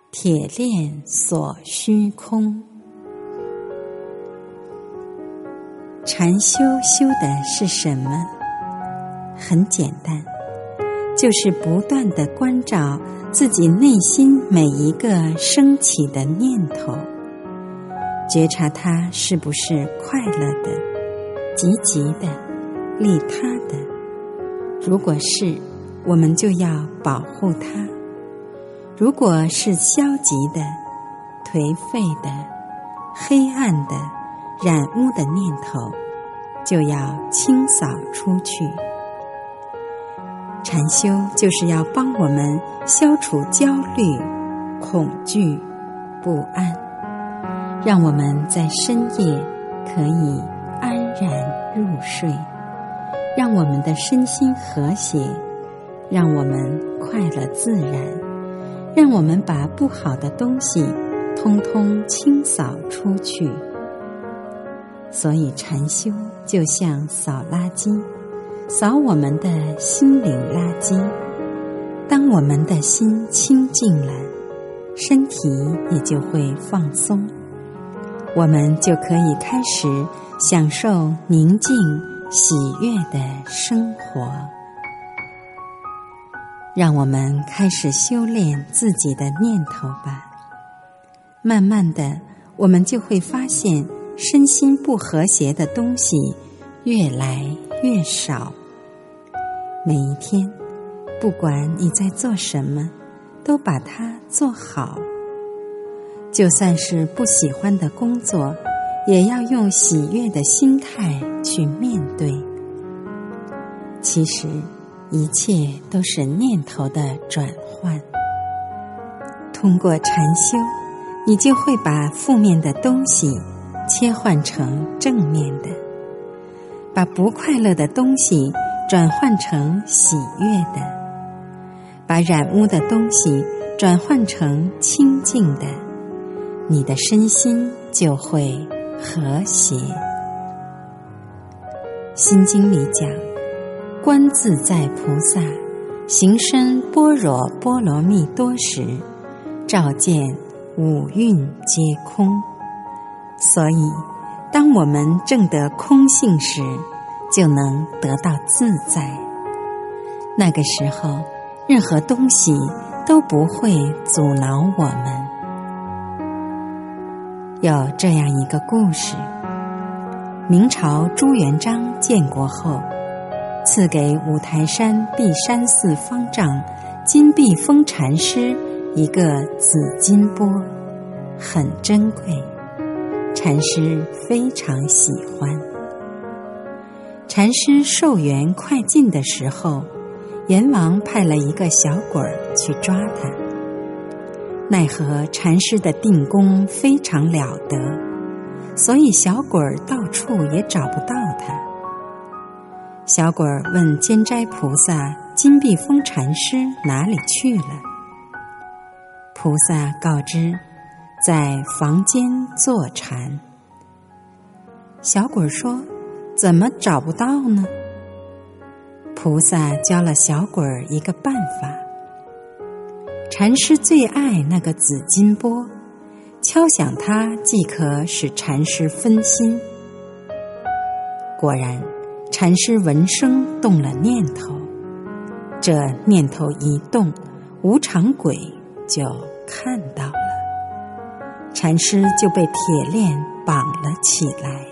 铁链锁虚空。禅修修的是什么？很简单，就是不断地关照自己内心每一个升起的念头，觉察它是不是快乐的、积极的、利他的。如果是，我们就要保护它；如果是消极的、颓废的、黑暗的、染污的念头，就要清扫出去。禅修就是要帮我们消除焦虑、恐惧、不安，让我们在深夜可以安然入睡，让我们的身心和谐，让我们快乐自然，让我们把不好的东西通通清扫出去。所以禅修就像扫垃圾，扫我们的心灵垃圾。当我们的心清净了，身体也就会放松，我们就可以开始享受宁静喜悦的生活。让我们开始修炼自己的念头吧。慢慢的，我们就会发现身心不和谐的东西越来越少。每一天，不管你在做什么，都把它做好。就算是不喜欢的工作，也要用喜悦的心态去面对。其实，一切都是念头的转换。通过禅修，你就会把负面的东西切换成正面的，把不快乐的东西转换成喜悦的，把染污的东西转换成清净的，你的身心就会和谐。心经里讲，观自在菩萨行深般若波罗蜜多时，照见五蕴皆空。所以当我们证得空性时，就能得到自在。那个时候，任何东西都不会阻挠我们。有这样一个故事，明朝朱元璋建国后，赐给五台山碧山寺方丈金碧峰禅师一个紫金钵，很珍贵，禅师非常喜欢。禅师寿元快尽的时候，阎王派了一个小鬼儿去抓他，奈何禅师的定功非常了得，所以小鬼儿到处也找不到他。小鬼儿问监斋菩萨金碧峰禅师哪里去了，菩萨告知在房间坐禅。小鬼儿说，怎么找不到呢？菩萨教了小鬼儿一个办法。禅师最爱那个紫金钵，敲响它即可使禅师分心。果然，禅师闻声动了念头，这念头一动，无常鬼就看到了，禅师就被铁链绑了起来。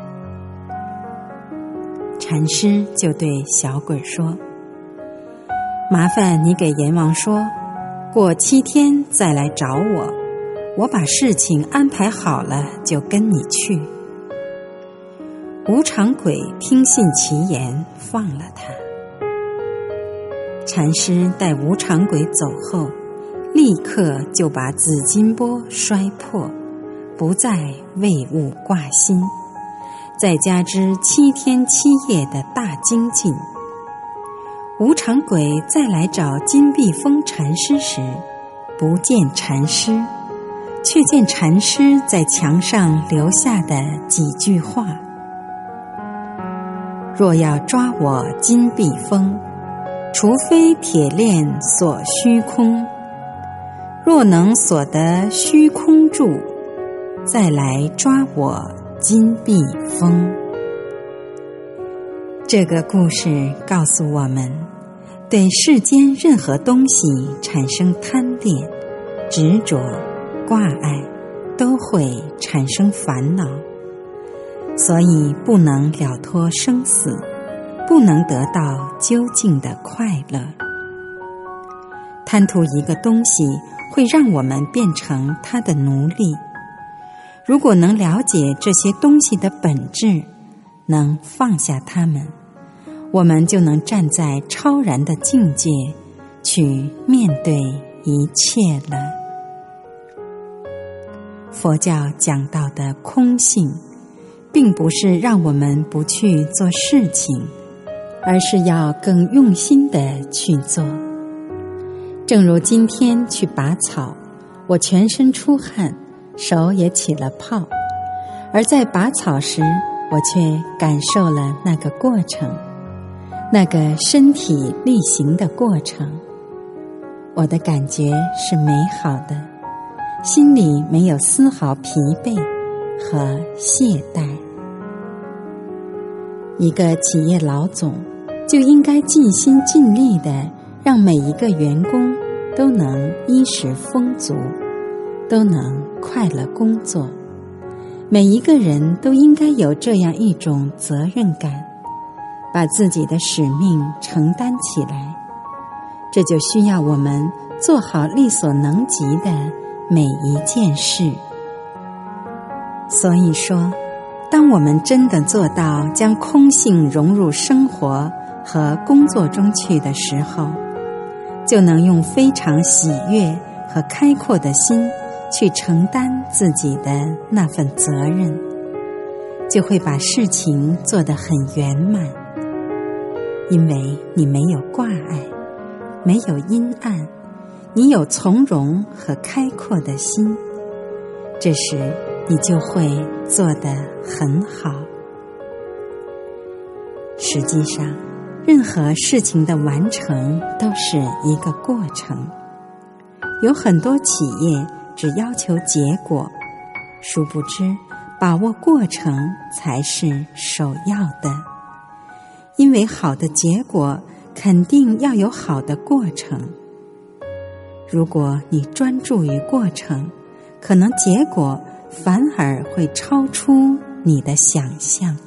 禅师就对小鬼说，麻烦你给阎王说，过7天再来找我，我把事情安排好了就跟你去。无常鬼听信其言，放了他。禅师带无常鬼走后，立刻就把紫金钵摔破，不再为物挂心，再加之7天7夜的大精进。无常鬼再来找金碧峰禅师时，不见禅师，却见禅师在墙上留下的几句话：若要抓我金碧峰，除非铁链锁虚空， 若能所得虚空住，再来抓我金碧峰。这个故事告诉我们，对世间任何东西产生贪恋、执着、挂碍，都会产生烦恼，所以不能了脱生死，不能得到究竟的快乐。贪图一个东西会让我们变成它的奴隶。如果能了解这些东西的本质，能放下它们，我们就能站在超然的境界去面对一切了。佛教讲到的空性，并不是让我们不去做事情，而是要更用心地去做。正如今天去拔草，我全身出汗，手也起了泡，而在拔草时，我却感受了那个过程，那个身体力行的过程。我的感觉是美好的，心里没有丝毫疲惫和懈怠。一个企业老总就应该尽心尽力地让每一个员工都能衣食丰足，都能快乐工作。每一个人都应该有这样一种责任感，把自己的使命承担起来。这就需要我们做好力所能及的每一件事。所以说，当我们真的做到将空性融入生活和工作中去的时候，就能用非常喜悦和开阔的心去承担自己的那份责任，就会把事情做得很圆满。因为你没有挂碍，没有阴暗，你有从容和开阔的心，这时你就会做得很好。实际上，任何事情的完成都是一个过程。有很多企业只要求结果，殊不知把握过程才是首要的。因为好的结果肯定要有好的过程。如果你专注于过程，可能结果反而会超出你的想象。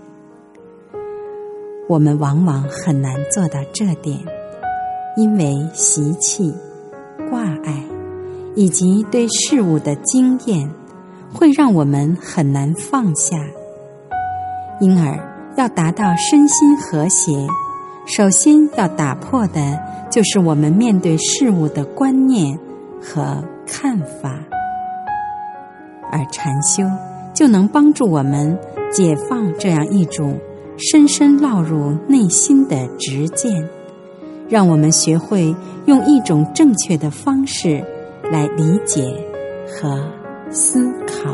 我们往往很难做到这点，因为习气、挂碍以及对事物的经验，会让我们很难放下。因而要达到身心和谐，首先要打破的就是我们面对事物的观念和看法。而禅修就能帮助我们解放这样一种深深烙入内心的执见，让我们学会用一种正确的方式来理解和思考。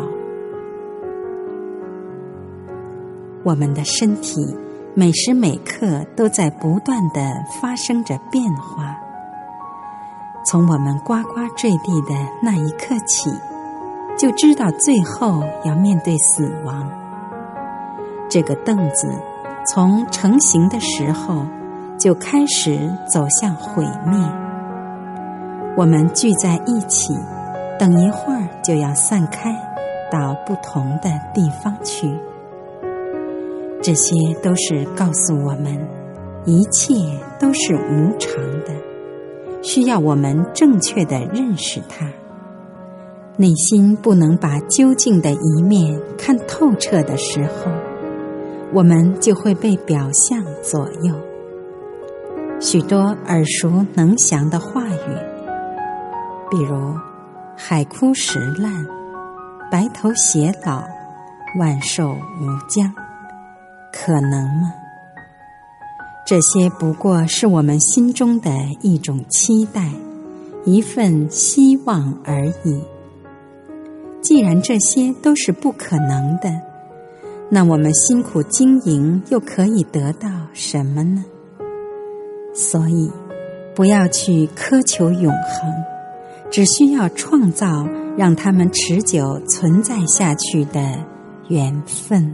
我们的身体每时每刻都在不断地发生着变化。从我们呱呱坠地的那一刻起，就知道最后要面对死亡。这个凳子从成型的时候就开始走向毁灭。我们聚在一起，等一会儿就要散开到不同的地方去。这些都是告诉我们，一切都是无常的，需要我们正确地认识它。内心不能把究竟的一面看透彻的时候，我们就会被表象左右。许多耳熟能详的话语，比如海枯石烂、白头偕老、万寿无疆，可能吗？这些不过是我们心中的一种期待，一份希望而已。既然这些都是不可能的，那我们辛苦经营又可以得到什么呢？所以不要去苛求永恒， 只需要创造让它们持久存在下去的缘分。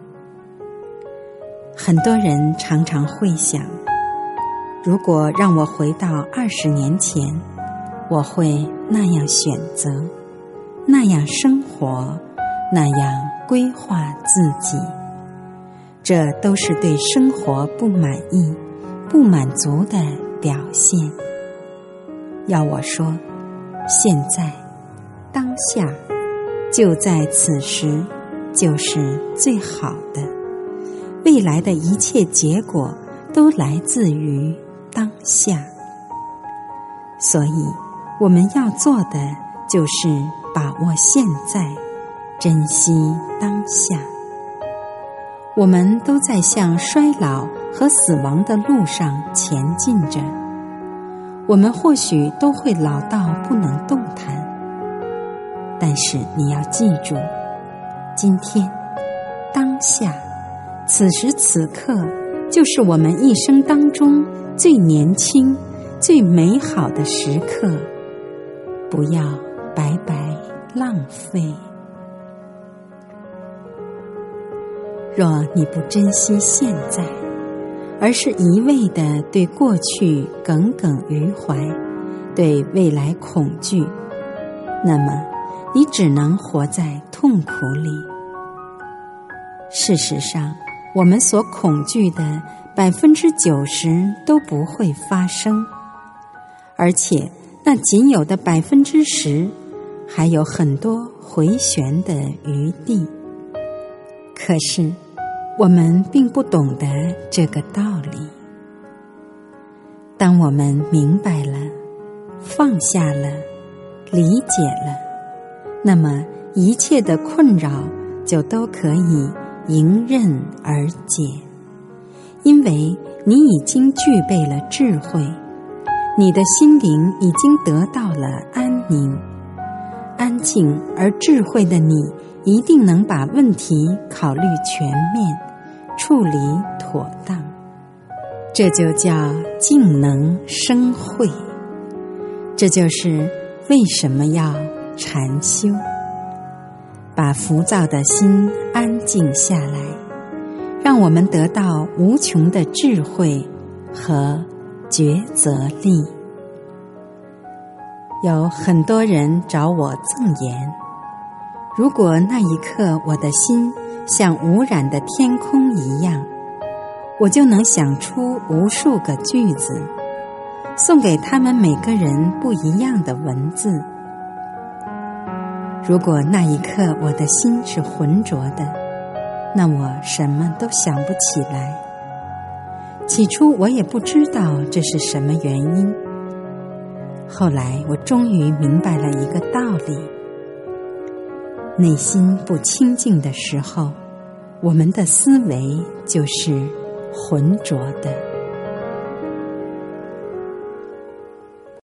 很多人常常会想，如果让我回到20年前，我会那样选择，那样生活，那样规划自己。这都是对生活不满意、不满足的表现。要我说，现在、当下，就在此时，就是最好的。未来的一切结果都来自于当下。所以，我们要做的就是把握现在，珍惜当下。我们都在向衰老和死亡的路上前进着，我们或许都会老到不能动弹，但是你要记住，今天、当下、此时此刻，就是我们一生当中最年轻、最美好的时刻，不要白白浪费。若你不珍惜现在，而是一味地对过去耿耿于怀，对未来恐惧，那么你只能活在痛苦里。事实上，我们所恐惧的90%都不会发生，而且那仅有的10%还有很多回旋的余地。可是我们并不懂得这个道理。当我们明白了、放下了、理解了，那么一切的困扰就都可以迎刃而解。因为你已经具备了智慧，你的心灵已经得到了安宁。安静而智慧的你，一定能把问题考虑全面，处理妥当。这就叫静能生慧。这就是为什么要禅修，把浮躁的心安静下来，让我们得到无穷的智慧和抉择力。有很多人找我赠言，如果那一刻我的心像无染的天空一样，我就能想出无数个句子，送给他们每个人不一样的文字。如果那一刻我的心是浑浊的，那我什么都想不起来。起初我也不知道这是什么原因，后来我终于明白了一个道理：内心不清净的时候，我们的思维就是浑浊的。